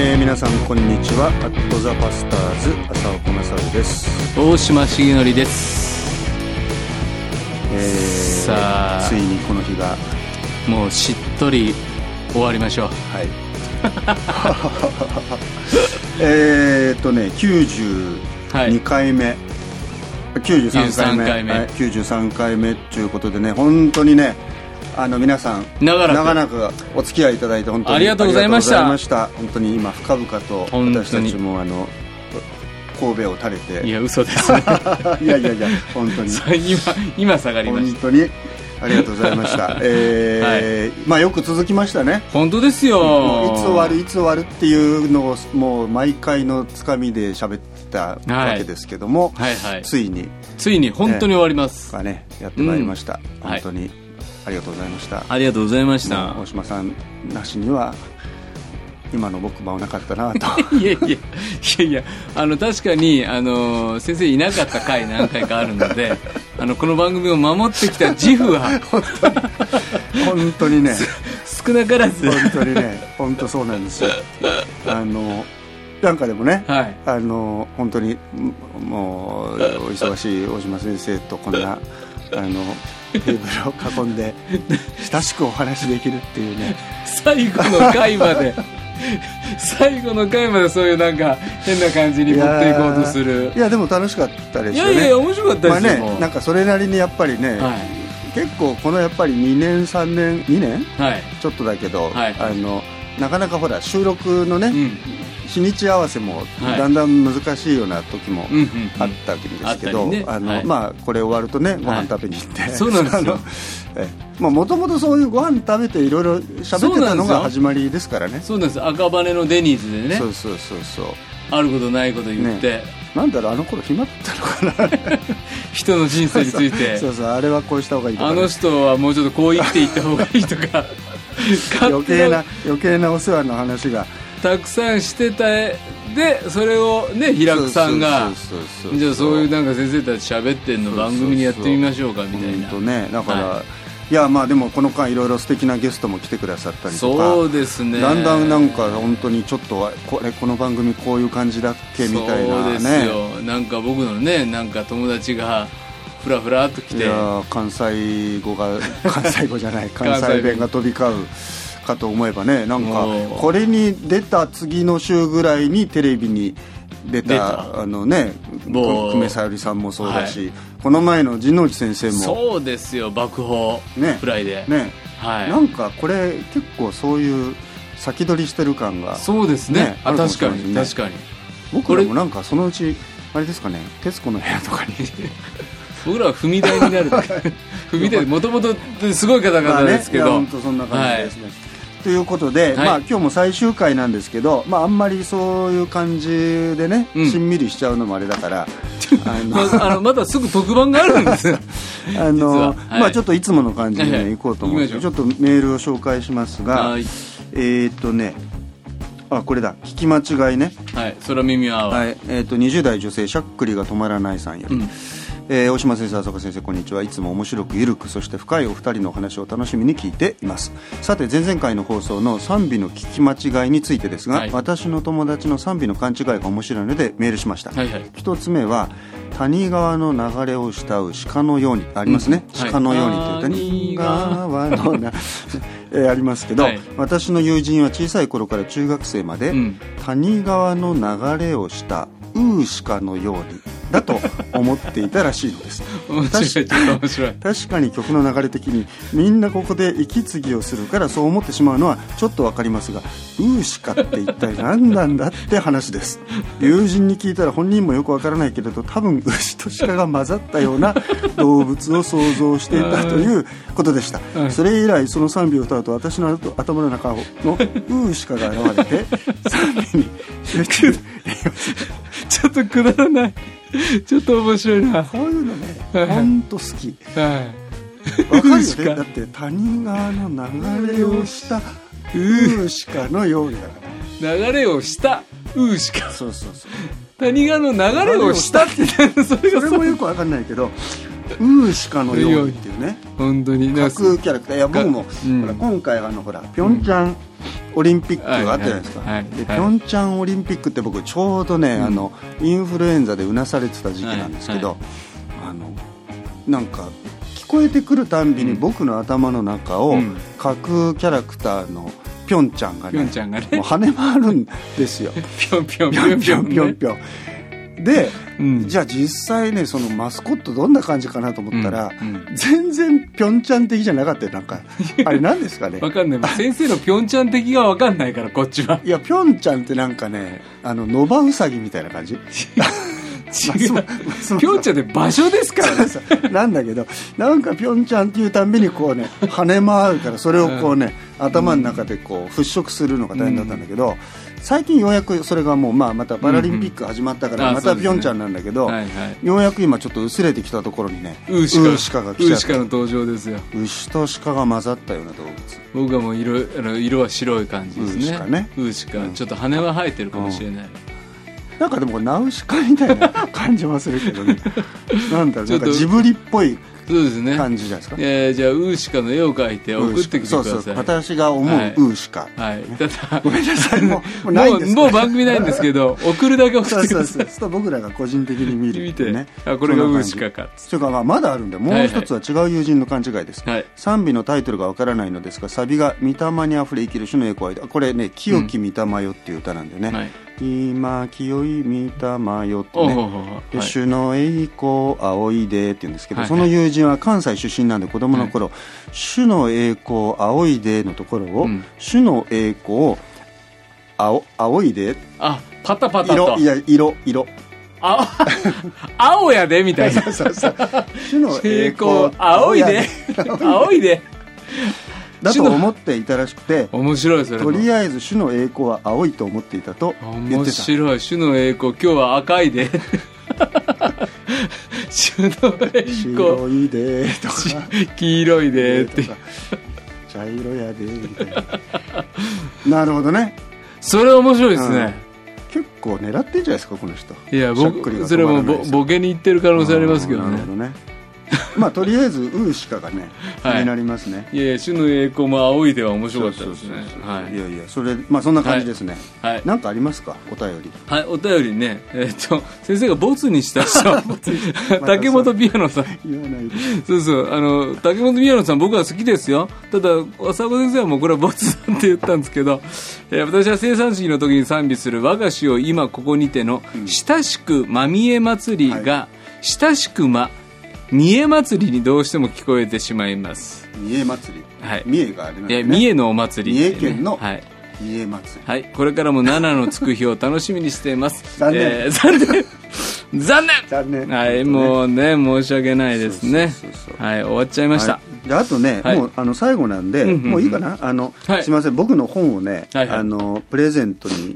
皆さんこんにちは。アットザパスターズ浅岡勝です。 大島重則です。さあついにこの日がもうしっとり終わりましょう。 はい92回目、93回目、はい、93回目ということでね、本当にね、皆さん長らくお付き合いいただいて本当にありがとうございました。 本当に今深々と私たちも神戸を垂れて、 いや嘘ですねいや本当に今下がりました。 本当にありがとうございました。はい、まあよく続きましたね。 本当ですよ。 いつ終わるっていうのをもう毎回のつかみで喋ったわけですけども、 はいはいはい、 ついに本当に終わります、 ね、やってまいりました、本当に、はい、ありがとうございました。 ありがとうございました。 大島さんなしには今の僕もなかったなといや確かに先生いなかった回何回かあるのでこの番組を守ってきた自負は本当にね少なからず本当にね、本当そうなんですよ。なんかでもね、はい、本当にもうお忙しい大島先生とこんなテーブルを囲んで親しくお話できるっていうね最後の回までそういうなんか変な感じに持っていこうとする。 いやでも楽しかったですよね。 いや面白かったですよ、 まあね、なんかそれなりにやっぱりね、はい、結構このやっぱり2年、はい、ちょっとだけど、はい、なかなかほら収録のね、日にち合わせもだんだん難しいような時もあったわけですけど、まあこれ終わるとねご飯食べに行って、 そうなんですよ。 もともとそういうご飯食べていろいろ喋ってたのが始まりですからね。 そうなんです。赤羽のデニーズでね、 そうあることないこと言って、ね、 なんだろう、あの頃暇だったのかな人の人生についてそうあれはこうした方がいいとか、ね、 あの人はもうちょっとこう生きていった方がいいとか余計なお世話の話がたくさんしてた。でそれをね平久さんがじゃあそういうなんか先生たち喋ってんの番組にやってみましょうかみたいな。 ね、だから、はい、いやまあでもこの間いろいろ素敵なゲストも来てくださったりとか、 そうですね、 だんだんなんか本当にちょっとこの番組こういう感じだっけみたいなね。 そうですよ。なんか僕のねなんか友達がフラフラっと来て、 いや関西語じゃない関西弁が飛び交うかと思えばね、なんかこれに出た次の週ぐらいにテレビに出た久米さゆりさんもそうだし、はい、この前の神内先生もそうですよ、爆砲フライでね、はい、なんかこれ結構そういう先取りしてる感が、 そうですね、確かに僕らもなんかそのうちあれですかね、徹子の部屋とかに僕らは踏み台になる踏み台もともとすごい方々ですけど、 本当そんな感じですね、はい、ということで、はい、まあ、今日も最終回なんですけど、まあ、あんまりそういう感じでね、しんみりしちゃうのもあれだからまだすぐ特番があるんですよまあ、ちょっといつもの感じで、ね、行こうと思ってちょっとメールを紹介しますが、はい、これだ、聞き間違いね、 はい、空耳アワー、 はい、20代女性しゃっくりが止まらないさんより、大島先生、浅岡先生、こんにちは。いつも面白くゆるく、そして深いお二人のお話を楽しみに聞いています。さて、前々回の放送の賛美の聞き間違いについてですが、はい、私の友達の賛美の勘違いが面白いのでメールしました。はいはい、一つ目は谷川の流れを慕う鹿のようにありますね、鹿のようにって谷川のありますけど、はい、私の友人は小さい頃から中学生まで、谷川の流れをした鹿のようにだと思っていたらしいのです面白い。 確かに曲の流れ的にみんなここで息継ぎをするからそう思ってしまうのはちょっとわかりますが、鹿って一体何なんだって話です。友人に聞いたら本人もよくわからないけれど、多分牛と鹿が混ざったような動物を想像していたということでした。それ以来その賛美を歌うと私の頭の中の鹿が現れて賛美に集中ちょっとくだらない、ちょっと面白いな。 こういうのね、ほんと好き。わかるよね。だって谷川の流れをした鹿のようにだから。 流れをした鹿。 そう。 谷川の流れをしたってそれもよくわかんないけど、鹿のようにっていうね。 本当に。 架空キャラクター。いや僕もほら今回ほらピョンチャンオリンピックがあったじゃないですか、でピョンチャンオリンピックって僕ちょうどね、インフルエンザでうなされてた時期なんですけど、なんか聞こえてくるたんびに僕の頭の中を各キャラクターのピョンチャンがね、もう跳ね回るんですよ。 ピョンピョンピョンピョンピョンピョンで、じゃあ実際ねそのマスコットどんな感じかなと思ったら、全然ピョンチャン的じゃなかったよ。なんかあれ何ですかね。 分かんない。先生のピョンチャン的が分かんないからこっちは。 いやピョンチャンってなんかねノバウサギみたいな感じ。 ピョンチャンって場所ですからね。 なんだけどなんかピョンチャンっていうたんびにこうね跳ね回るから、それをこうね、頭の中でこう払拭するのが大変だったんだけど、最近ようやくそれがもう、またパラリンピック始まったからまたピョンチャンなんだけど、ようやく今ちょっと薄れてきたところにねウーシカが来ちゃった。 ウーシカの登場ですよ。 牛と鹿が混ざったような動物。 僕はもう色は白い感じですね。ウーシカ、ちょっと羽は生えてるかもしれない。 なんかでもナウシカみたいな感じはするけどね。なんだろう、なんかジブリっぽい感じじゃないですか。 じゃあウーシカの絵を描いて送ってきてください。 そう私が思うウーシカ。 ただごめんなさい、もうないんですか。 もう番組ないんですけど送るだけ送ってください。 そう僕らが個人的に見てね。 これがウーシカか。 それからまだあるんで、もう一つは違う友人の勘違いです。賛美のタイトルがわからないのですが、サビが御霊にあふれ生きる主の栄光。これね、清き御霊よっていう歌なんでね。今清い御霊よってね、主の栄光仰いでって言うんですけど、その友人は関西出身なんで、子供の頃、主の栄光仰いでのところを、主の栄光仰いで、 パタパタと色青やでみたいな。 主の栄光仰いで仰いでだと思っていたらしくて、 面白い。それとりあえず主の栄光は青いと思っていたと言ってた。 面白い。主の栄光今日は赤いで主の栄光白いでとか黄色いでって茶色やでみたいな。なるほどね。 それ面白いですね。 結構狙ってんじゃないですかこの人。 いや僕それもボケに言ってる可能性ありますけどね。 なるほどね。とりあえずウーシカがね気になりますね。 いや主の栄光も青いでは面白かったですね。 いやそれそんな感じですね。なんかありますかお便り。 お便りね、先生がボツにした人竹本ピアノさん。 言わないで。 そう竹本ピアノさん僕は好きですよ。ただ浅子先生はもうこれはボツだって言ったんですけど、私は生産式の時に賛美する我が師を今ここにての親しくまみえ祭りが親しく三重祭りにどうしても聞こえてしまいます。 三重祭り。三重があれなんですね。 三重のお祭り、 三重県の三重祭り。これからも7のつく日を楽しみにしています。 残念。 残念。もうね申し訳ないですね。終わっちゃいました。 であとね、もう最後なんで、もういいかな。すいません、僕の本をね、プレゼントに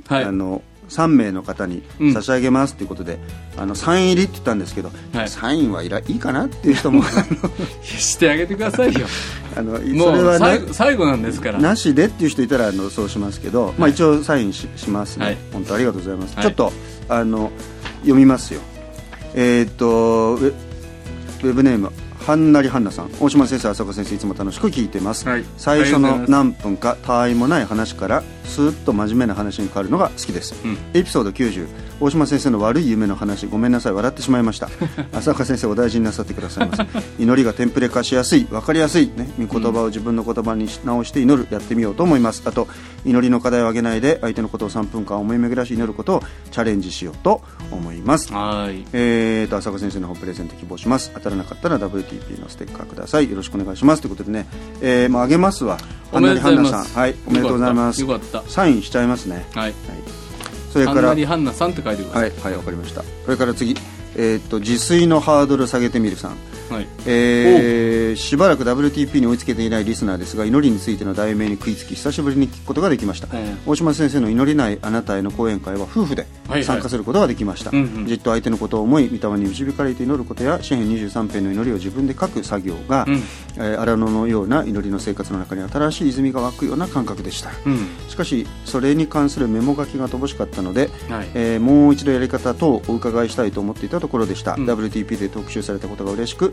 3名の方に差し上げますということで、サイン入りって言ったんですけど、サインはいいかなっていう人もしてあげてくださいよ。もう最後なんですからなしでっていう人いたらそうしますけど、一応サイン しますね。本当ありがとうございます。ちょっと読みますよ。ウェブネームはんなりはんなさん。大島先生、浅岡先生、いつも楽しく聞いてます。最初の何分かたわいもない話からスーッと真面目な話に変わるのが好きです。エピソード90、大島先生の悪い夢の話、ごめんなさい、笑ってしまいました。浅岡先生、お大事になさってくださいませ。祈りがテンプレ化しやすい、分かりやすい、御言葉を自分の言葉に直して祈る、やってみようと思います。あと祈りの課題を上げないで相手のことを3分間思い巡らし祈ることをチャレンジしようと思います。浅岡先生の方プレゼント希望します。当たらなかったら WTP のステッカーください。よろしくお願いしますということでね、あげますわ。 おめでとうございます。 おめでとうございます。 よかった。 サインしちゃいますね。それからはんなりはんなさんって書いてください。 わかりました。それから次、自炊のハードル下げてみるさん。しばらく WTP に追いつけていないリスナーですが、祈りについての題名に食いつき久しぶりに聞くことができました。大島先生の祈りないあなたへの講演会は夫婦で参加することができました。じっと相手のことを思い御霊に導かれて祈ることや詩編23編の祈りを自分で書く作業が、荒野のような祈りの生活の中に新しい泉が湧くような感覚でした。しかしそれに関するメモ書きが乏しかったので、もう一度やり方等をお伺いしたいと思っていたところでした。WTP で特集されたことが嬉しく、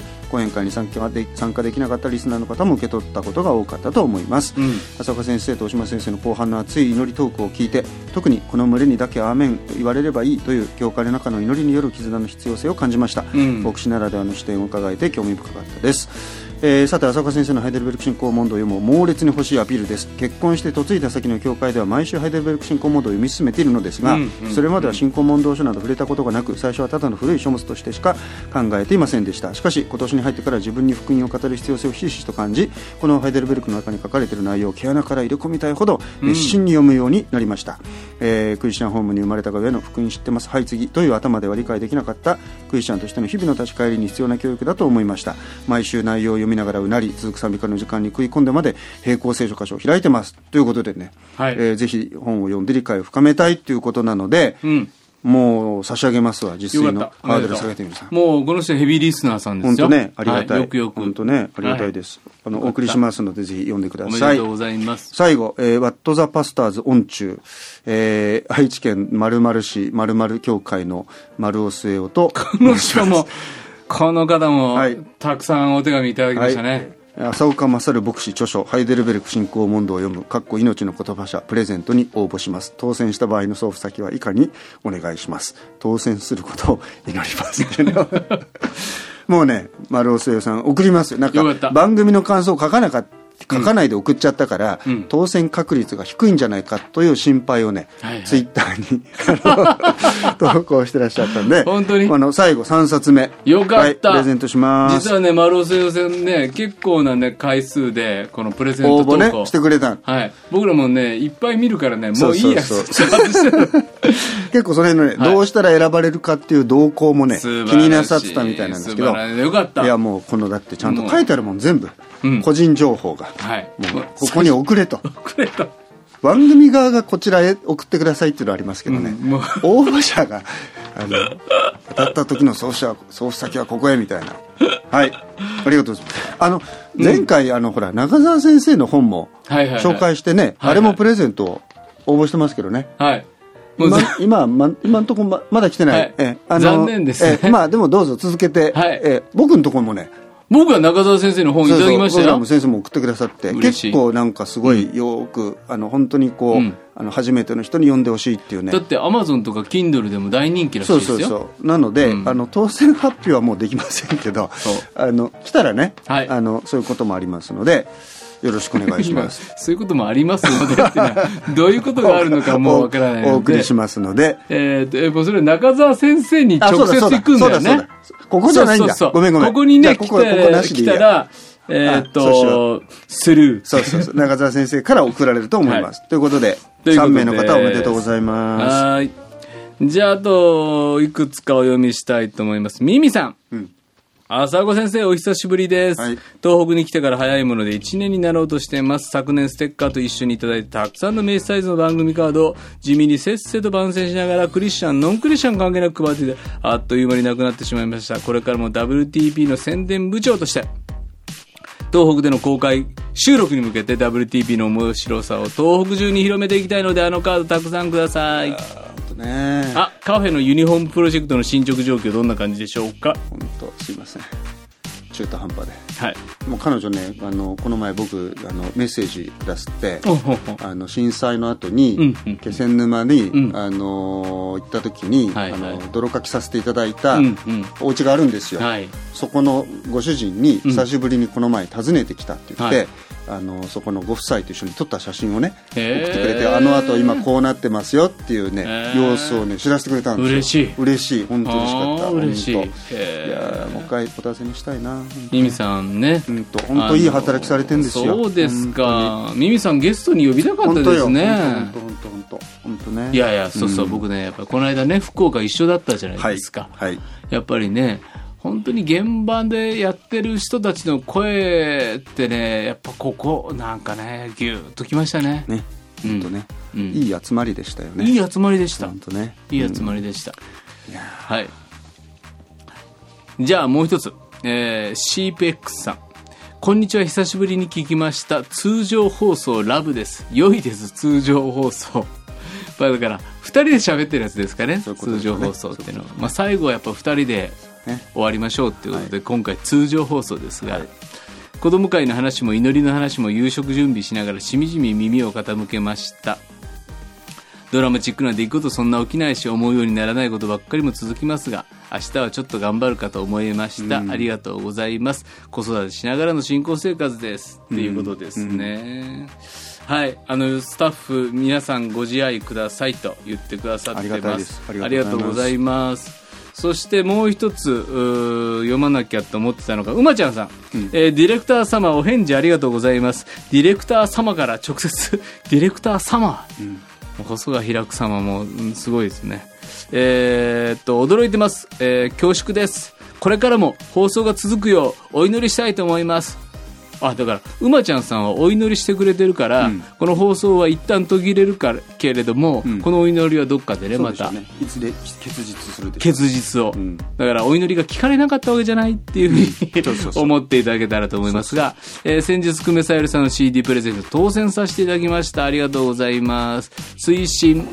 講演会に参加できなかったリスナーの方も受け取ったことが多かったと思います、浅岡先生と大島先生の後半の熱い祈りトークを聞いて、特にこの群れにだけアーメンと言われればいいという教会の中の祈りによる絆の必要性を感じました、牧師ならではの視点を伺えて興味深かったです。さて、浅岡先生のハイデルベルク信仰問答を読む猛烈に欲しいアピールです。結婚して嫁いだ先の教会では毎週ハイデルベルク信仰問答を読み進めているのですが、それまでは信仰問答書など触れたことがなく、最初はただの古い書物としてしか考えていませんでした。しかし今年に入ってから自分に福音を語る必要性をひしひしと感じ、このハイデルベルクの中に書かれている内容を毛穴から入れ込みたいほど熱心に読むようになりました、クリスチャンホームに生まれたがゆえの福音知ってます、はい次という頭では理解できなかったクリスチャンとしての日々の立ち返りに必要な教育だと思いました。毎週内容を読みながらうなり、続く賛美歌の時間に食い込んでまで並行聖書箇所を開いてますということでね、ぜひ本を読んで理解を深めたいということなので、もう差し上げますわ、実践のハードル下げてみるさん。 もうこの人ヘビーリスナーさんですよ。 本当ね、ありがたい、 よくよく本当ね、ありがたいです、お送りしますのでぜひ読んでください。 おめでとうございます。 最後、What the Pastors on 中、愛知県〇〇市〇〇教会の丸尾末男とこの人もこの方もたくさんお手紙いただきましたね、 浅岡勝牧師著書ハイデルベルク信仰問答を読む命の言葉社プレゼントに応募します。当選した場合の送付先は以下にお願いします。当選することを祈りますもうね、丸尾末さん送りますよ。なんか番組の感想を書かないで送っちゃったから、当選確率が低いんじゃないかという心配をね、ツイッターに投稿してらっしゃったんで、 本当に最後3冊目よかった、 プレゼントします。 実はね、丸尾先生ね、結構なね回数でこのプレゼント投稿応募ねしてくれた、 僕らもねいっぱい見るからね、もういいやつ結構その辺のね、どうしたら選ばれるかっていう動向もね気になさってたみたいなんですけど、 よかった。 いやもうこのだってちゃんと書いてあるもん、全部個人情報が、もうここに送れと番組側がこちらへ送ってくださいっていうのはありますけどね、応募者が当たった時の送付先はここへみたいなありがとうございます。前回ほら中澤先生の本も紹介してね、あれもプレゼントを応募してますけどね、今のところ まだ来てない、 残念ですね、 でもどうぞ続けて、僕のところもね、 僕は中澤先生の本いただきましたよ。 僕らも先生も送ってくださって、結構なんかすごいよく、本当にこう、初めての人に読んでほしいっていうね。 だってアマゾンとか Kindle でも大人気らしいですよ。 そうなので、当選発表はもうできませんけど、来たらね、そういうこともありますのでよろしくお願いしますそういうこともありますのでっていうのはどういうことがあるのかもうわからないのでお送りしますので、 もうそれ中澤先生に直接行くんだよね。 ここじゃないんだ。ごめんここにね来たらスルー。 そう中澤先生から送られると思います、ということで3名の方おめでとうございます。 じゃああといくつかお読みしたいと思います。ミミさん、浅岡先生お久しぶりです、東北に来てから早いもので1年になろうとしています。昨年ステッカーと一緒にいただいてたくさんの名刺サイズの番組カードを地味にせっせと番宣しながらクリスチャンノンクリスチャン関係なく配っていて、あっという間になくなってしまいました。これからも WTP の宣伝部長として東北での公開収録に向けて WTP の面白さを東北中に広めていきたいので、カードたくさんください。カフェのユニフォームプロジェクトの進捗状況どんな感じでしょうか。 本当すいません、中途半端で、もう彼女ね、この前僕メッセージ出すって震災の後に、気仙沼に、行った時に、泥かきさせていただいた、お家があるんですよ、そこのご主人に久しぶりにこの前訪ねてきたって言って、そこのご夫妻と一緒に撮った写真をね送ってくれて、後今こうなってますよっていうね、様子をね知らせてくれたんですよ。嬉しい、本当嬉しかった。嬉しい。いやもう一回お尋ねしたいな。 ミミさんね、 本当いい働きされてるんですよ。 そうですか。ミミさんゲストに呼びたかったですね。 本当ね。 いやそう僕ね、やっぱこの間ね福岡一緒だったじゃないですか、やっぱりね本当に現場でやってる人たちの声ってね、やっぱここなんかねギューッときましたね。 本当ね、いい集まりでしたよね。 いい集まりでした。 本当ね、 いい集まりでした。じゃあもう一つ、シープ X さん、こんにちは、久しぶりに聞きました。通常放送ラブです。良いです、通常放送だから2人で喋ってるやつですかね、通常放送っていうのは、最後はやっぱ2人で終わりましょうということで、今回通常放送ですが、子供会の話も祈りの話も夕食準備しながらしみじみ耳を傾けました。ドラマチックな出来事そんな起きないし、思うようにならないことばっかりも続きますが、明日はちょっと頑張るかと思いました。ありがとうございます。子育てしながらの新婚生活ですっていうことですね。はい、スタッフ皆さんご自愛くださいと言ってくださってます。ありがとうございます。そしてもう一つ読まなきゃと思ってたのが馬ちゃんさん、ディレクター様お返事ありがとうございます。ディレクター様から直接ディレクター様、細が開く様も、すごいですね。驚いてます、恐縮です。これからも放送が続くようお祈りしたいと思います。だから馬ちゃんさんはお祈りしてくれてるから、この放送は一旦途切れるかけれども、このお祈りはどっかでね、またいつで結実するでしょう。 結実を、だからお祈りが聞かれなかったわけじゃないっていうふうに思っていただけたらと思いますが、先日久米さゆりさんの CD プレゼント当選させていただきました。ありがとうございます。推進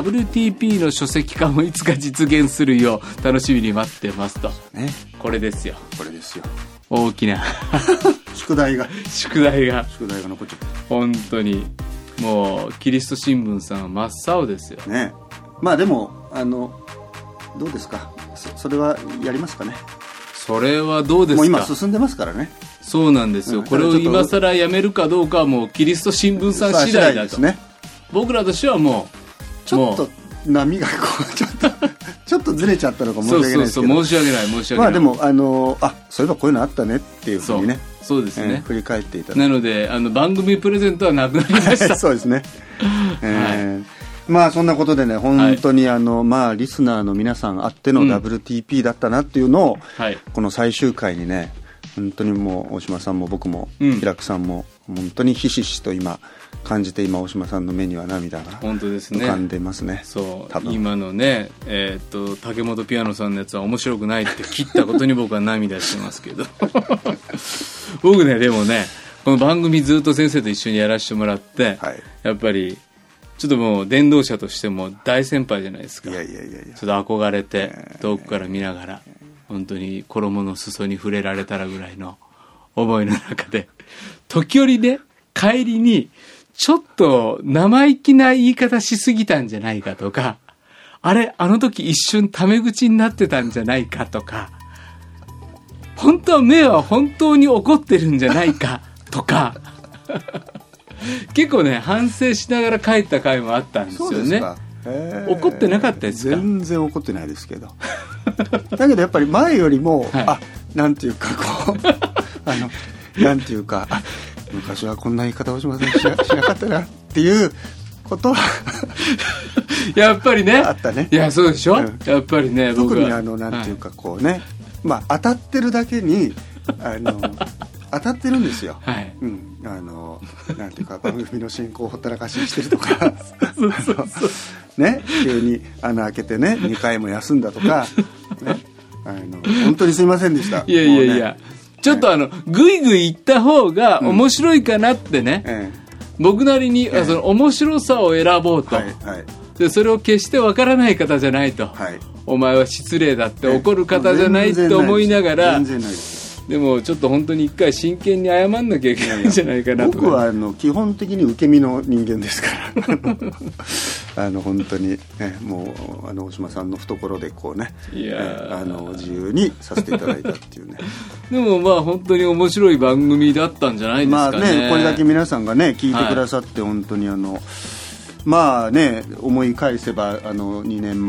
WTP の書籍化もいつか実現するよう楽しみに待ってますと、これですよ。大きな宿題が残っちゃった。 本当にもうキリスト新聞さんは真っ青ですよね。まあでもどうですか、それはやりますかね。 それはどうですか。 もう今進んでますからね。 そうなんですよ、これを今更やめるかどうかはもうキリスト新聞さん次第だとですね。僕らとしてはもうちょっと波がこうちょっとずれちゃったのか申し訳ないですけど、 申し訳ないまあでもそういえばこういうのあったねっていうふうにね、 そうですね、 振り返っていただいて、 なので番組プレゼントはなくなりましたそうですね、まあそんなことでね、本当にまあリスナーの皆さんあっての WTP だったなっていうのを、この最終回にね、本当にもう大島さんも僕も平久さんも本当にひしひしと今感じて、今大島さんの目には涙が浮かんでますね。 そう今のね、竹本ピアノさんのやつは面白くないって切ったことに僕は涙してますけど僕ね、でもね、この番組ずっと先生と一緒にやらせてもらって、やっぱりちょっともう伝道者としても大先輩じゃないですか。ちょっと憧れて遠くから見ながら、本当に衣の裾に触れられたらぐらいの思いの中で、時折ね、帰りにちょっと生意気な言い方しすぎたんじゃないかとか、あの時一瞬タメ口になってたんじゃないかとか、本当は目は本当に怒ってるんじゃないかとか結構ね、反省しながら帰った回もあったんですよね。怒ってなかったですか。 全然怒ってないですけどだけどやっぱり前よりも、なんていうかこうなんていうか、昔はこんな言い方をしませんしなかったなっていうことはやっぱりね、 あったね。 いや、そうでしょ、やっぱりね、 特になんていうかこうね、まあ当たってるだけに当たってるんですよ。なんていうか、番組の進行をほったらかしにしてるとかね、急に穴開けてね2回も休んだとか、ね、本当にすいませんでした。 いや、ちょっとぐいぐい行った方が面白いかなってね、僕なりに、その面白さを選ぼうと、でそれを決してわからない方じゃないと、お前は失礼だって怒る方じゃないって思いながら、でもちょっと本当に一回真剣に謝んなきゃいけないんじゃないかなと。 僕は基本的に受け身の人間ですから本当に、もう大島さんの懐でこうね、自由にさせていただいたっていうねでもまあ本当に面白い番組だったんじゃないですかね。 まあね、これだけ皆さんがね聞いてくださって、本当にまあね、思い返せば2年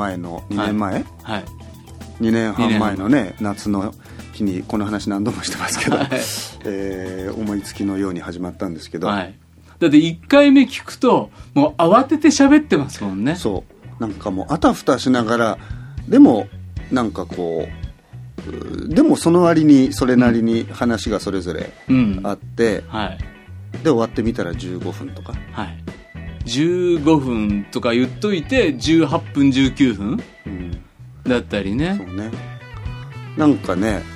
半前のね、夏の日にこの話何度もしてますけど、思いつきのように始まったんですけど、だって1回目聞くともう慌てて喋ってますもんね。 そうなんかもうあたふたしながら、でもなんかこうでもその割にそれなりに話がそれぞれあって、で終わってみたら15分とか、15分とか言っといて18分19分、だったりね。 そうね、なんかね、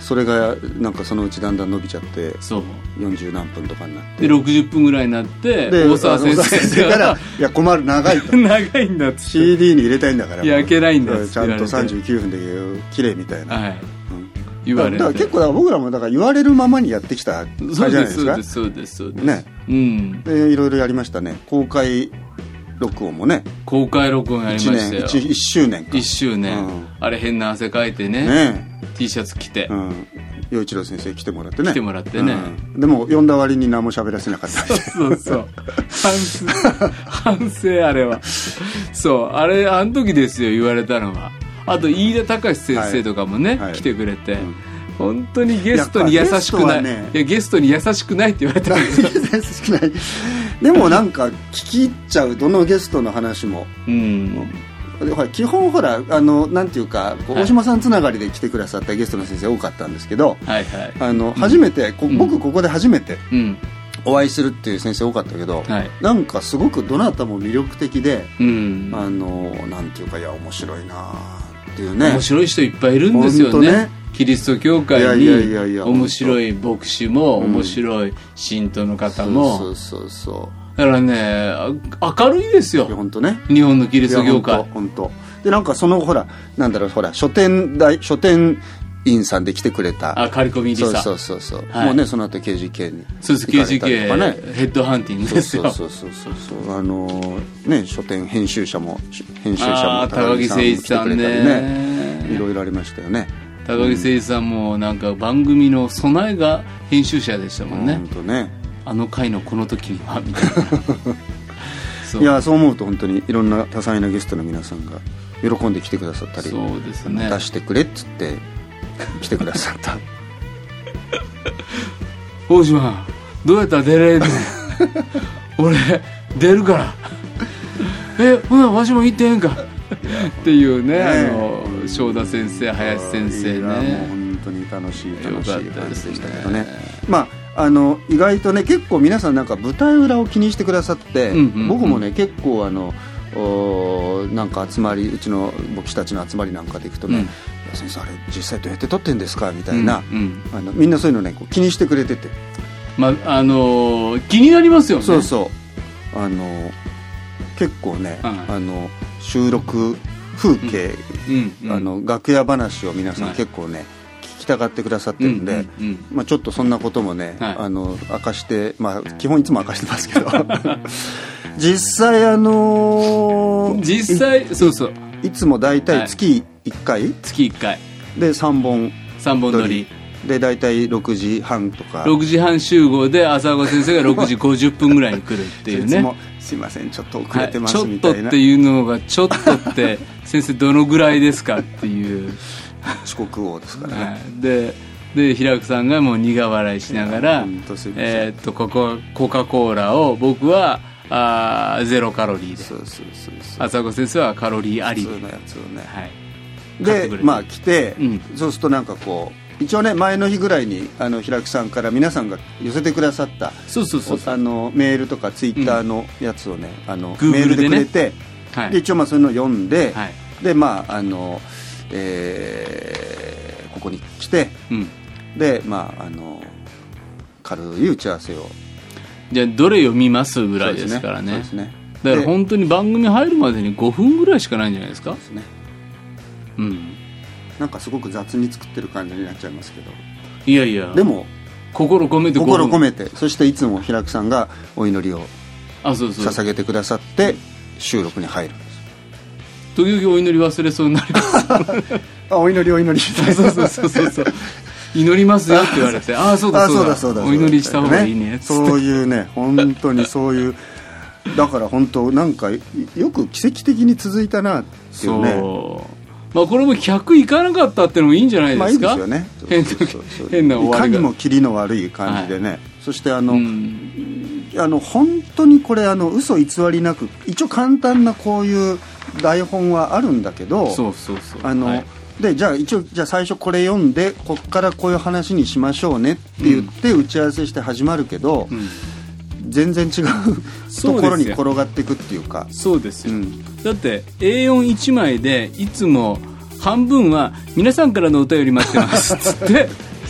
それがなんかそのうちだんだん伸びちゃってそう 40何分とかになってで60分ぐらいになってで大沢先生からいや困る長いと長いんだって CD に入れたいんだから焼けないんだってちゃんと39分で綺麗みたいな、 はい言われてだから結構だから僕らもだから言われるままにやってきた感じじゃないですか。 そうですね、 うん、 でいろいろやりましたね。公開録音もね公開録音やりましたよ。 1周年か 1周年、うん、あれ変な汗かいて ね T シャツ着て、 陽一郎先生来てもらってね来てもらってね、 でも呼んだ割に何も喋らせなかったそう反省あれはそうあの時ですよ言われたのは。あと飯田隆先生とかもね、来てくれて、本当にゲストに優しくない、いやゲストに優しくないって言われたんですよ優しくないでもなんか聞き入っちゃうどのゲストの話も、基本ほらなんていうか大島さんつながりで来てくださったゲストの先生多かったんですけど、初めて僕ここで初めてお会いするっていう先生多かったけど、なんかすごくどなたも魅力的で、なんていうかいや面白いなっていうね。 面白い人いっぱいいるんですよ ね。キリスト教会に面白い牧師も面白い信徒の方も、そうだからね明るいですよ本当ね。日本のキリスト教会本当でなんかそのほらなんだろうほら書店員さんで来てくれた刈り込みリサそう、もうねその後 KGK にそうです KGK ヘッドハンティングですよ。 そうね書店編集者も高木誠一さんねいろいろありましたよね。 高木誠一さんもなんか番組の備えが編集者でしたもんね。 本当ねあの回のこの時にはみたいないやそう思うと本当にいろんな多彩なゲストの皆さんが喜んで来てくださったり、 そうですね、 出してくれっつって来てくださった大島どうやったら出れるの俺出るからほなわしも行ってへんかっていうね正田先生林先生ねもう本当に楽しい感じでしたけどね。まあ意外とね結構皆さんなんか舞台裏を気にしてくださって、僕もね結構なんか集まりうちの牧師たちの集まりなんかで行くとね、先生あれ実際どうやって撮ってんですかみたいな、みんなそういうのねこう気にしてくれてて、 気になりますよね。 そう結構ね、収録風景、楽屋話を皆さん結構ね、聞きたがってくださってるんで、ちょっとそんなこともね、明かして、基本いつも明かしてますけど実際そういつもだいたい月1回、 月1回で3本撮りでだいたい6時半とか 6時半集合で浅岡先生が6時50分ぐらいに来るっていうねいつもすいませんちょっと遅れてますみたいな、 ちょっとっていうのがちょっとって先生どのぐらいですかっていう遅刻王ですからね、 で平久さんがもう苦笑いしながらコカ・コーラを僕はゼロカロリーで浅岡先生はカロリーありで普通のやつをね、で来て、そうするとなんかこう一応ね前の日ぐらいに平久さんから皆さんが寄せてくださったメールとかツイッターのやつをね、メールでくれて、で一応そういうのを読んで、でここに来て、で軽い打ち合わせをじゃあどれ読みますぐらいですからね。だから本当に番組入るまでに5分ぐらいしかないんじゃないですか。ですね。 なんかすごく雑に作ってる感じになっちゃいますけど、 いやいやでも心込めてそしていつも平久さんがお祈りを捧げてくださって収録に入るんです。 時々お祈り忘れそうになりますお祈りそう祈りますよって言われてそうだお祈りした方がいいねってそういうね本当にそういうだから本当なんかよく奇跡的に続いたなっていうね。 これも100いかなかったってのもいいんじゃないですか。 いいですよね。 変な終わりがいかにもキリの悪い感じでね、そして本当にこれ嘘偽りなく一応簡単なこういう台本はあるんだけど、でじゃあ最初これ読んでこっからこういう話にしましょうねって言って打ち合わせして始まるけど、全然違うところに転がっていくっていうか。 そうですよ、だって A41 枚でいつも半分は皆さんからのお便り待ってますつって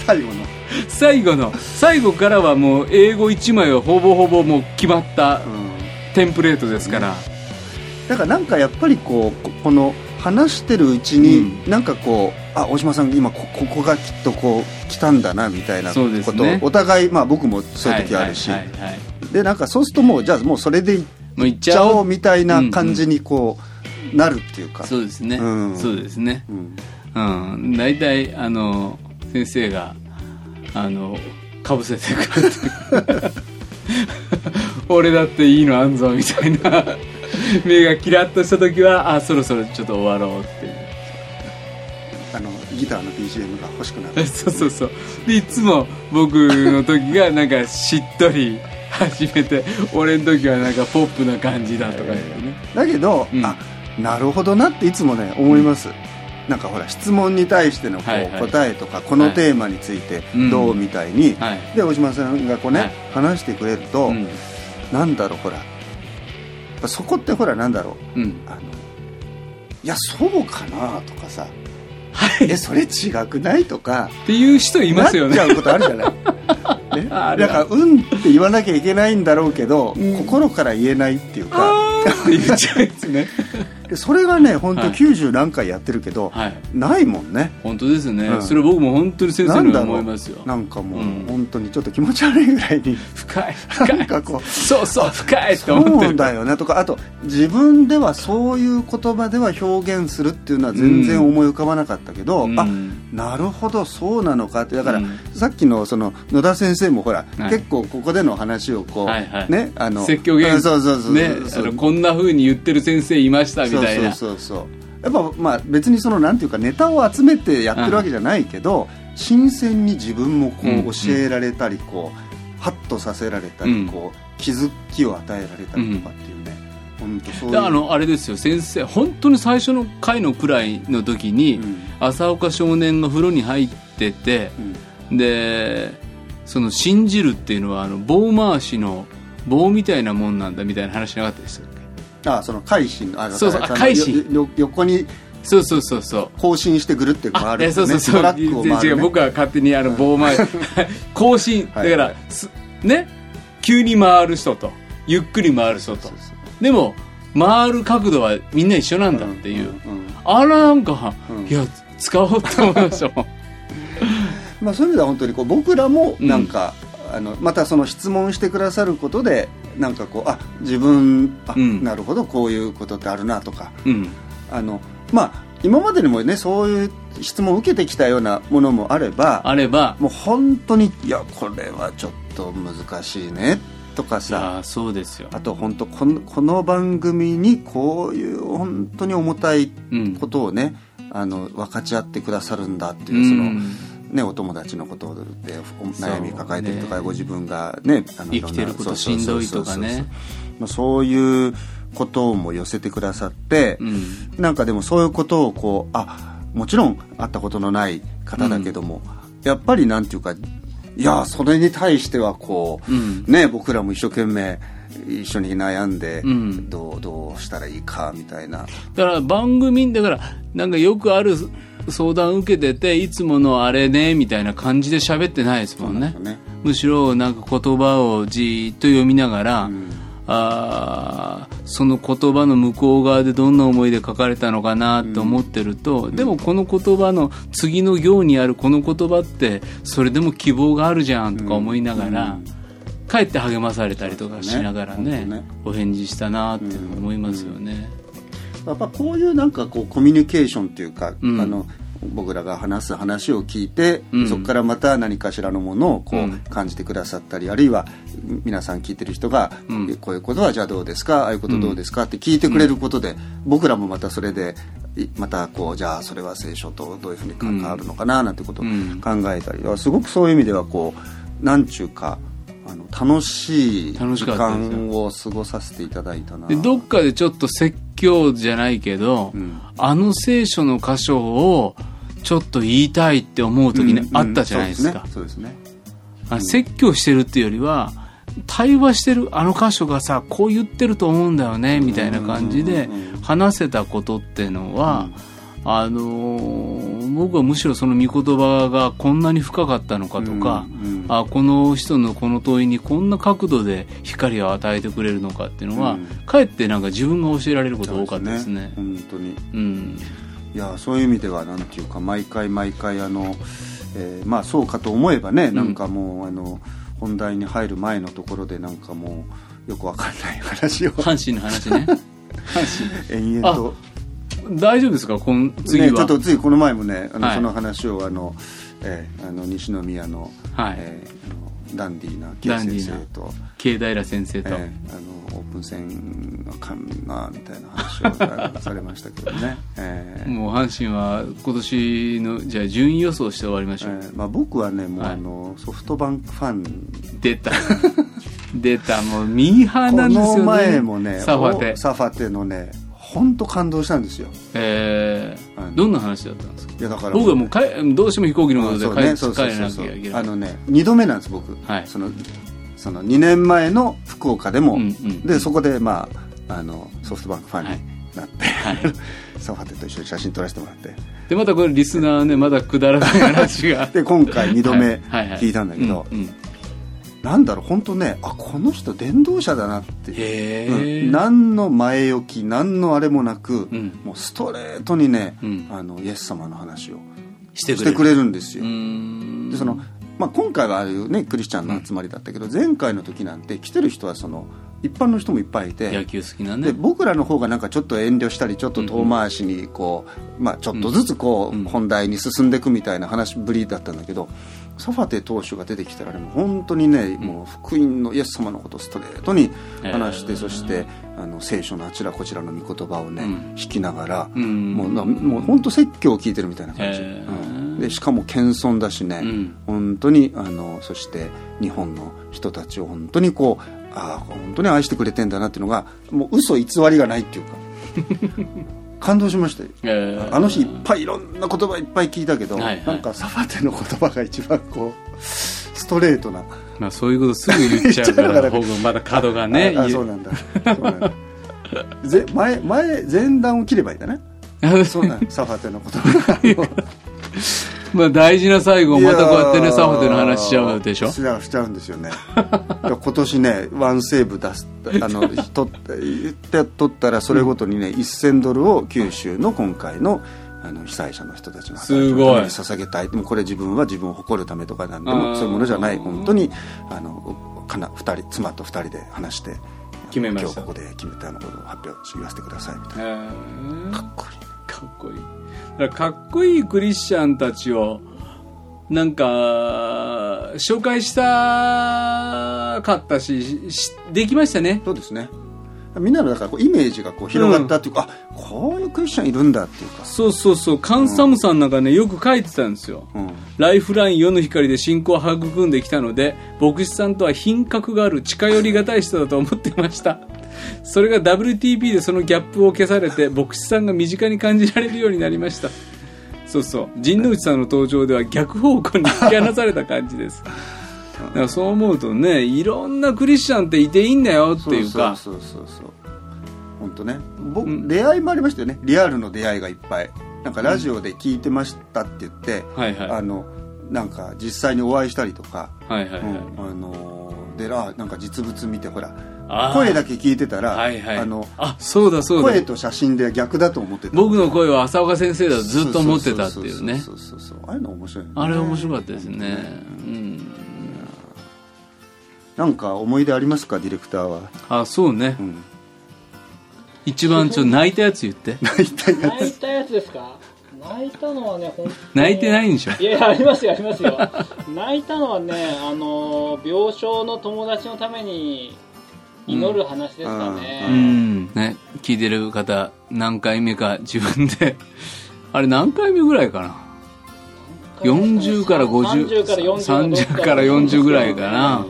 最後からはもう英語1枚はほぼほぼもう決まったテンプレートですから、 だからなんかやっぱりこの話してるうちに、なんかこう大島さん今ここがきっとこう来たんだなみたいなことを、ね、お互い、僕もそういう時あるし、でなんかそうするともうじゃあもうそれでいっちゃおうみたいな感じにこう、なるっていうか、 そうですね、そうですね、大体先生がかぶせてくれて俺だっていいのあんぞみたいな目がキラッとした時はそろそろちょっと終わろうっていう、 ギターの BGM が欲しくなる、ね、 そうでいつも僕の時がなんかしっとり始めて俺の時はなんかポップな感じだとか言うね、 だけど、なるほどなっていつもね思います、なんかほら質問に対してのこう答えとか、このテーマについてどうみたいに、で大島さんがこうね、話してくれると、なんだろうほらそこってほらなんだろう、いやそうかなとかさ、それ違くないとかっていう人いますよね、 なっちゃうことあるじゃないね、だからって言わなきゃいけないんだろうけど、心から言えないっていうか言っちゃうんですねそれがね本当90何回やってるけど、ないもんね。 本当ですね、それ僕も本当に先生の思いますよ。 なんかもう、本当にちょっと気持ち悪いぐらいに深いなんかこうそう深いって思ってる。 そうだよねとか、あと自分ではそういう言葉では表現するっていうのは全然思い浮かばなかったけど、なるほどそうなのかって。だから、さっきのその野田先生もほら、結構ここでの話をこう、ね説教原理こんな風に言ってる先生いましたみたいな。 そうやっぱ別にそのなんていうかネタを集めてやってるわけじゃないけど、新鮮に自分もこう教えられたり、こうハッとさせられたり、こう気づきを与えられたりとかっていうね、本当そういう。 あれですよ先生、本当に最初の回のくらいの時に、浅岡少年が風呂に入ってて、でその信じるっていうのは棒回しの棒みたいなもんなんだみたいな話なかったですよ。 その改心、 改心横にそう更新してぐるっていうのがあるんですね。 トラックを回るね。僕は勝手に棒回し更新だからね、急に回る人とゆっくり回る人と、でも回る角度はみんな一緒なんだっていう、なんか、いや使おうと思いましたもんそういう意味では本当にこう僕らもなんか、またその質問してくださることでなんかこう自分なるほどこういうことってあるなとか、今までにもねそういう質問を受けてきたようなものもあればもう本当にいやこれはちょっと難しいねとかさ、 そうですよ。 あと本当この番組にこういう本当に重たいことをね、分かち合ってくださるんだっていう、そのね、お友達のことで悩み抱えてるとか、ご自分がね生きてることしんどいとかね、 そういうことも寄せてくださって、なんかでもそういうことをこうもちろん会ったことのない方だけども、やっぱりなんていうか、いやそれに対してはこう、ね、僕らも一生懸命一緒に悩んで、どうしたらいいかみたいな。 だから番組だからなんかよくある相談受けてて、いつものあれねみたいな感じで喋ってないですもんね。むしろなんか言葉をじーっと読みながら、その言葉の向こう側でどんな思いで書かれたのかなと思ってると、でもこの言葉の次の行にあるこの言葉ってそれでも希望があるじゃんとか思いながら、かえって励まされたりとかしながらね、お返事したなって思いますよね。 やっぱこういうなんかこうコミュニケーションっていうか、僕らが話す話を聞いて、そこからまた何かしらのものをこう感じてくださったり、あるいは皆さん聞いてる人が、こういうことはじゃあどうですか、ああいうことどうですかって聞いてくれることで、僕らもまたそれでまたこうじゃあそれは聖書とどういうふうに関わるのかななんてことを考えたり、すごくそういう意味ではこうなんちゅうか楽しい時間を過ごさせていただいたな。 でどっかでちょっと説教じゃないけど、聖書の箇所をちょっと言いたいって思う時にあったじゃないですか。 そうですね。 説教してるっていうよりは対話してる、箇所がさこう言ってると思うんだよねみたいな感じで話せたことっていうのは、 僕はむしろその御言葉がこんなに深かったのかとか、この人のこの問いにこんな角度で光を与えてくれるのかっていうのは、かえってなんか自分が教えられることが多かったですね。 本当に、いやそういう意味ではなんていうか毎回まあそうかと思えばね、なんかもう本題に入る前のところでなんかもうよくわかんない話を阪神の話ね延々と大丈夫ですか次は、 ね、ちょっと次この前もねその話を西宮の、ダンディーな K 先生と K 平先生と、 オープン戦のかんなみたいな話をされましたけどね、 もう阪神は今年のじゃあ順位予想して終わりましょう。 まあ、僕はねもうソフトバンクファン出たもうミーハーなんですよね。 この前もねサファテのね本当感動したんですよ。 どんな話だったんですか。 いやだから僕はもうどうしても飛行機のことで帰らなきゃいけない。 2度目なんです僕、その2年前の福岡でも、でそこでまあソフトバンクファンになって、サファテと一緒に写真撮らせてもらって、 でまたこれリスナーねまだくだらない話がで今回2度目聞いたんだけど、なんだろう本当ねこの人伝道者だなって何の前置き何のあれもなく、もうストレートにね、イエス様の話をしてくれるんですよ。で今回はああいうねクリスチャンの集まりだったけど、前回の時なんて来てる人は一般の人もいっぱいいて、 野球好きなね。 で僕らの方がなんかちょっと遠慮したりちょっと遠回しにこう、ちょっとずつこう、本題に進んでいくみたいな話ぶりだったんだけど、サファテ投手が出てきたら、ね、もう本当にね、もう福音のイエス様のことをストレートに話して、そして聖書のあちらこちらの御言葉をね、引きながら、もう本当説教を聞いてるみたいな感じ、でしかも謙遜だしね、本当にそして日本の人たちを本当にこう本当に愛してくれてんだなっていうのがもう嘘偽りがないっていうか感動しましたよ、あの日いっぱいいろんな言葉いっぱい聞いたけど、なんかサファテの言葉が一番こうストレートな、 そういうことすぐ言っちゃうからまだ角がねそうなんだ前段を切ればいいんだねそうなんサファテの言葉大事な最後またこうやってねサファテの話しちゃうでしょ。 しちゃうんですよね今年ねワンセーブ取ったらそれごとにね$1000を九州の今回の被災者の人たちの働きのために捧げたい。でもこれ自分を誇るためとかなんでもそういうものじゃない、本当に妻と2人で話して決めました。 今日ここで決めたことを発表言わせてくださいみたいな。かっこいいかっこいい。だからかっこいいクリスチャンたちをなんか紹介したかったしできましたね。 そうですね。みんなのだからこうイメージがこう広がったっていうか、こういうクリスチャンいるんだっていうか。 そうカンサムさんなんかねよく書いてたんですよ、ライフライン世の光で信仰を育んできたので牧師さんとは品格がある近寄りがたい人だと思っていました。それが WTP でそのギャップを消されて牧師さんが身近に感じられるようになりました。神内さんの登場では逆方向に引き離された感じですだからそう思うとね、いろんなクリスチャンっていていいんだよっていうか、 そう本当ね、出会いもありましたよね。リアルの出会いがいっぱい。なんかラジオで聞いてましたって言って、なんか実際にお会いしたりとか、でなんか実物見てほら声だけ聞いてたら、 そうだ声と写真で逆だと思ってた。 僕の声は浅岡先生だとずっと思ってたっていうね。 ああいうの面白いね。 あれ面白かったですね。 なんか思い出ありますかディレクターは。 そうね、一番ちょっと泣いたやつ言って。 泣いたやつですか。泣いたのはね、本当に泣いてないんでしょ。 いやありますよ泣いたのはね、病床の友達のために祈る話ですかね。 ね、聞いてる方何回目か自分であれ何回目ぐらいかな。40から50、30から40ぐらいかな。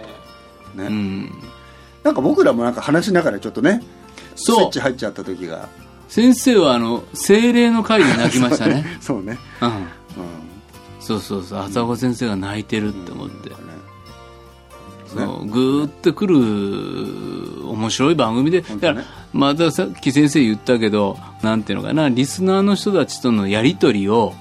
なんか僕らもなんか話しながらちょっとねスイッチ入っちゃった時が。 先生は精霊の会で泣きましたねそうね、 そう浅岡先生が泣いてるって思って、 ぐーっとくる面白い番組で、だからまたさっき先生言ったけど、なんていうのかな、リスナーの人たちとのやり取りを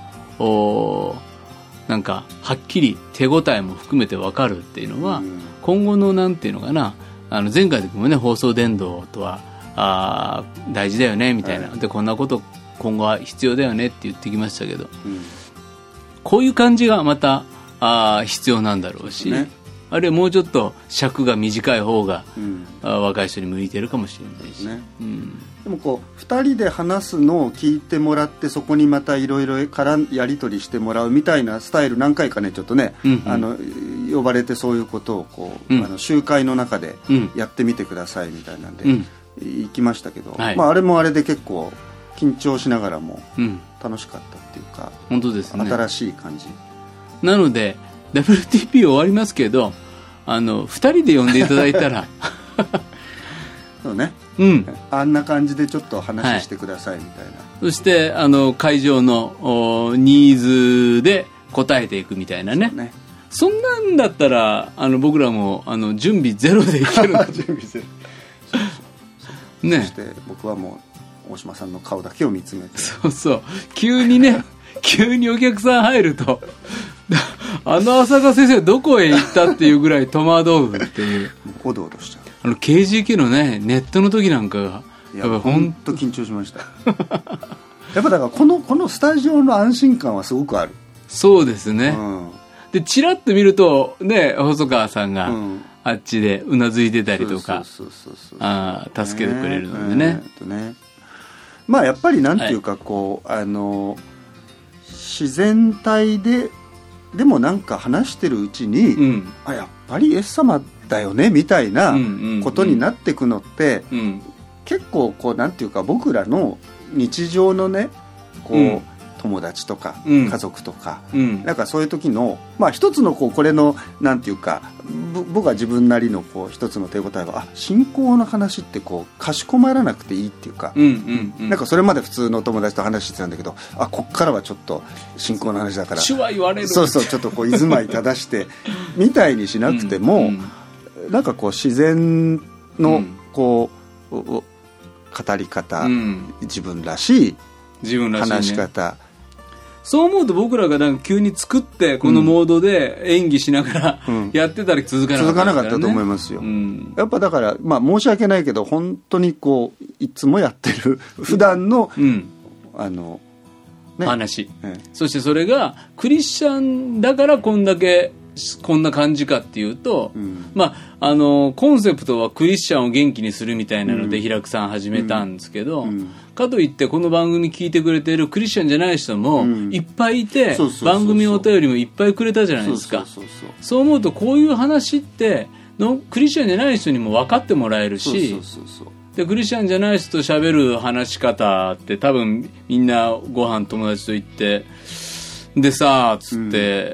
なんかはっきり手応えも含めて分かるっていうのは、今後のなんていうのかな、前回の時もね、放送伝導とは大事だよねみたいな、でこんなこと今後は必要だよねって言ってきましたけど、こういう感じがまた必要なんだろうし、ね、あるいはもうちょっと尺が短い方が、若い人に向いてるかもしれないし、ね、 でもこう2人で話すのを聞いてもらって、そこにまたいろいろやり取りしてもらうみたいなスタイル、何回かねちょっとね、呼ばれて、そういうことをこう、集会の中でやってみてくださいみたいなんで、行きましたけど、はい、あれもあれで結構緊張しながらも楽しかったっていうか、 本当ですね、 新しい感じなので WTP 終わりますけど、2人で呼んでいただいたらそうね、あんな感じでちょっと話してくださいみたいな、 そして会場のニーズで答えていくみたいな ね、そんなんだったら僕らも準備ゼロでいける準備ゼロね、 そして僕はもう大島さんの顔だけを見つめて、 そうそう、急にお客さん入ると浅香先生どこへ行ったっていうぐらい戸惑うっていうおどおどしちゃう。 KGK のね、ネットの時なんかがやっぱ本当緊張しましたやっぱだからこのスタジオの安心感はすごくある。 そうですね、でチラッと見るとね、細川さんが、あっちでうなずいてたりとか、助けてくれるのでね、 やっぱりなんていうかこう、自然体でもなんか話してるうちに、やっぱり S 様だよねみたいなことになってくのって、結構こうなんていうか、僕らの日常のね、こう、友達とか家族とか、なんかそういう時の一つのこれのなんていうか、僕は自分なりのこう一つの手応えは、信仰の話ってこうかしこまらなくていいっていうか、なんかそれまで普通の友達と話してたんだけど、こっからはちょっと信仰の話だから手話言われる、 そうそう、ちょっとこう居住まい正してみたいにしなくても、なんかこう自然のこう、語り方、自分らしい話し方、 そう思うと僕らがなんか急に作ってこのモードで演技しながらやってたら続かなかった、 続かなかったと思いますよ、やっぱだから申し訳ないけど、本当にこういつもやってる普段の、 話、そしてそれがクリスチャンだからこんな感じかっていうと、コンセプトはクリスチャンを元気にするみたいなので平久さん始めたんですけど、かといってこの番組聞いてくれてるクリスチャンじゃない人もいっぱいいて、番組お便りもいっぱいくれたじゃないですか。そう思うとこういう話ってクリスチャンじゃない人にも分かってもらえるし、でクリスチャンじゃない人と喋る話し方って多分みんなご飯友達と行ってでさつって、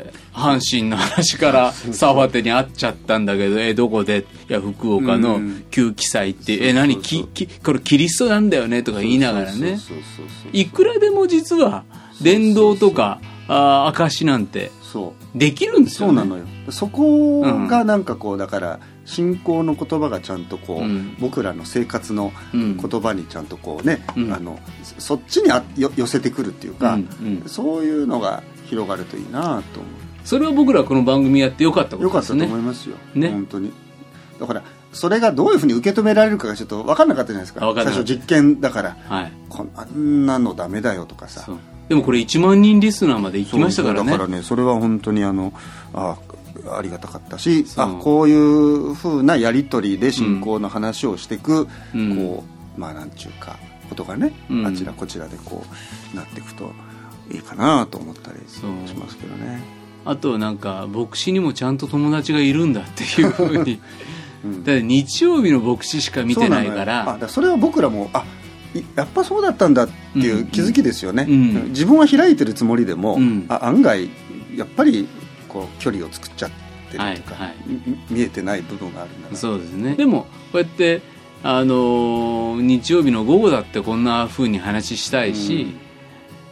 阪神の話から沢手に会っちゃったんだけど、どこで、いや福岡の旧記載って、何これキリストなんだよねとか言いながらね、いくらでも実は伝道とか証なんてできるんですよね。 そうなのよ。そこがなんかこう、だから信仰の言葉がちゃんとこう、僕らの生活の言葉にちゃんとこうね、そっちに寄せてくるっていうか、そういうのが広がるといいなと思う。 それは僕らこの番組やってよかったことですね。 よかったと思いますよ、本当に。だからそれがどういうふうに受け止められるかがちょっと分かんなかったじゃないですか。最初実験だから、あんなのダメだよとかさ。 でもこれ1万人リスナーまで行きましたからね。 だからね、それは本当にありがたかったし、こういうふうなやり取りで信仰の話をしていく、こうなんちゅうかことがね、あちらこちらでこうなっていくといいかなと思ったりしますけどね。 あとなんか牧師にもちゃんと友達がいるんだっていうふうにだって日曜日の牧師しか見てないから、 それは僕らもやっぱそうだったんだっていう気づきですよね、自分は開いてるつもりでも、案外やっぱりこう距離を作っちゃってるというか、見えてない部分があるんだな。 そうですね。でもこうやって日曜日の午後だってこんな風に話したいし、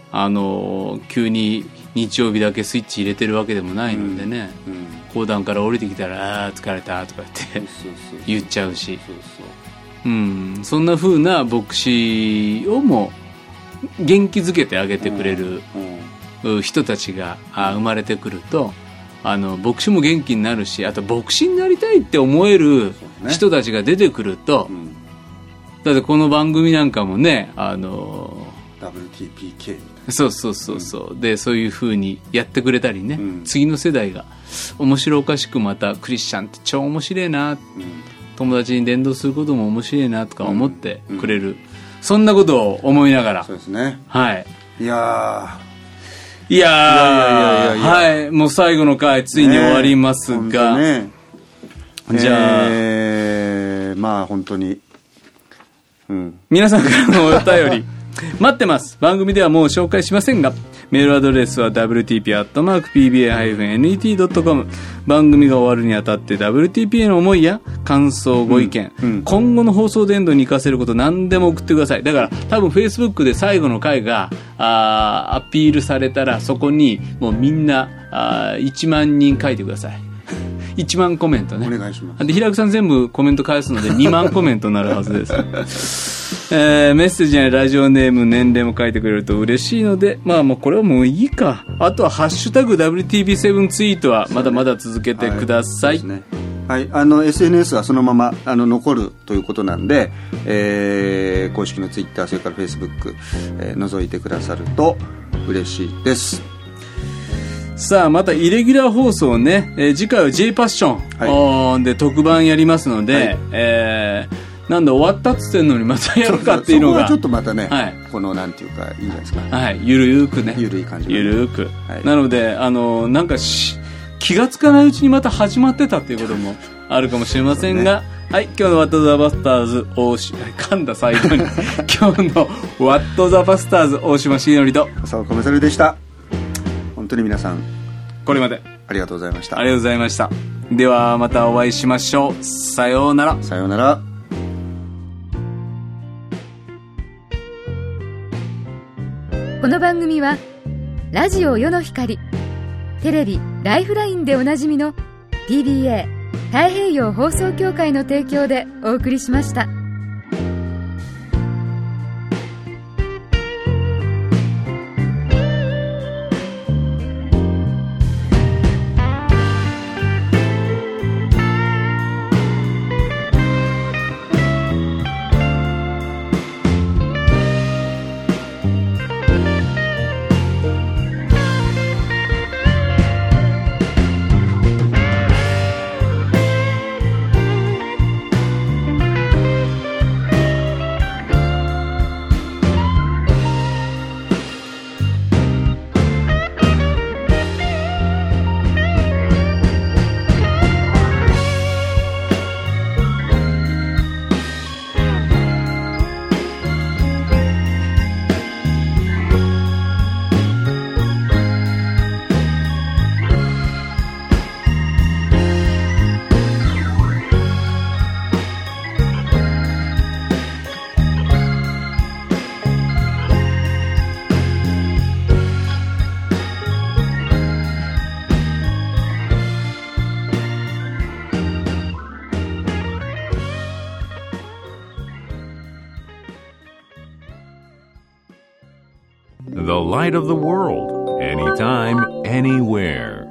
急に日曜日だけスイッチ入れてるわけでもないのでね、講談から降りてきたら疲れたとか言って言っちゃうし、そんな風な牧師をも元気づけてあげてくれる人たちが生まれてくると、牧師も元気になるし、あと牧師になりたいって思える人たちが出てくると、だってこの番組なんかもね、 WTPK みたいな、 そうでそういう風にやってくれたりね、次の世代が面白おかしくまたクリスチャンって超面白いな、友達に伝道することも面白いなとか思ってくれる、そんなことを思いながら、 そうですね、 はい、 いやはい、もう最後の回ついに終わりますが、じゃあまあ本当に、 皆さんからのお便り待ってます。番組ではもう紹介しませんが、メールアドレスは wtp@pba-net.com。 番組が終わるにあたって WTP への思いや感想、ご意見、今後の放送伝道に活かせること何でも送ってください。だから多分 Facebook で最後の回がアピールされたら、そこにもうみんな1万人書いてください。1万コメントね。 お願いします。 で、平久さん全部コメント返すので2万コメントになるはずです。メッセージやラジオネーム、年齢も書いてくれると嬉しいので、まあもうこれはもういいか。あとはハッシュタグ WTB7 ツイートはまだまだ続けてください。 はい、SNS はそのまま残るということなんで、公式のツイッター、それから Facebook、覗いてくださると嬉しいです。 さあ、またイレギュラー放送ね、次回は J パッション、で特番やりますので、なんで終わったっつってんのにまたやるかっていうのが、 そこはちょっとまたね、このなんていうかいいんじゃないですか、 ゆるーくね、 ゆるい感じ、 ゆるーく、なのでなんか気がつかないうちにまた始まってたっていうこともあるかもしれませんが、はい、今日のワットザバスターズ噛んだ最後に今日のワットザバスターズ大島重則と浅尾コメサルでした。本当に皆さんこれまでありがとうございました。 ありがとうございました。ではまたお会いしましょう。さようなら。 さようなら。 この番組はラジオ世の光、テレビライフラインでおなじみの PBA 太平洋放送協会の提供でお送りしました。 The light of the world, anytime, anywhere.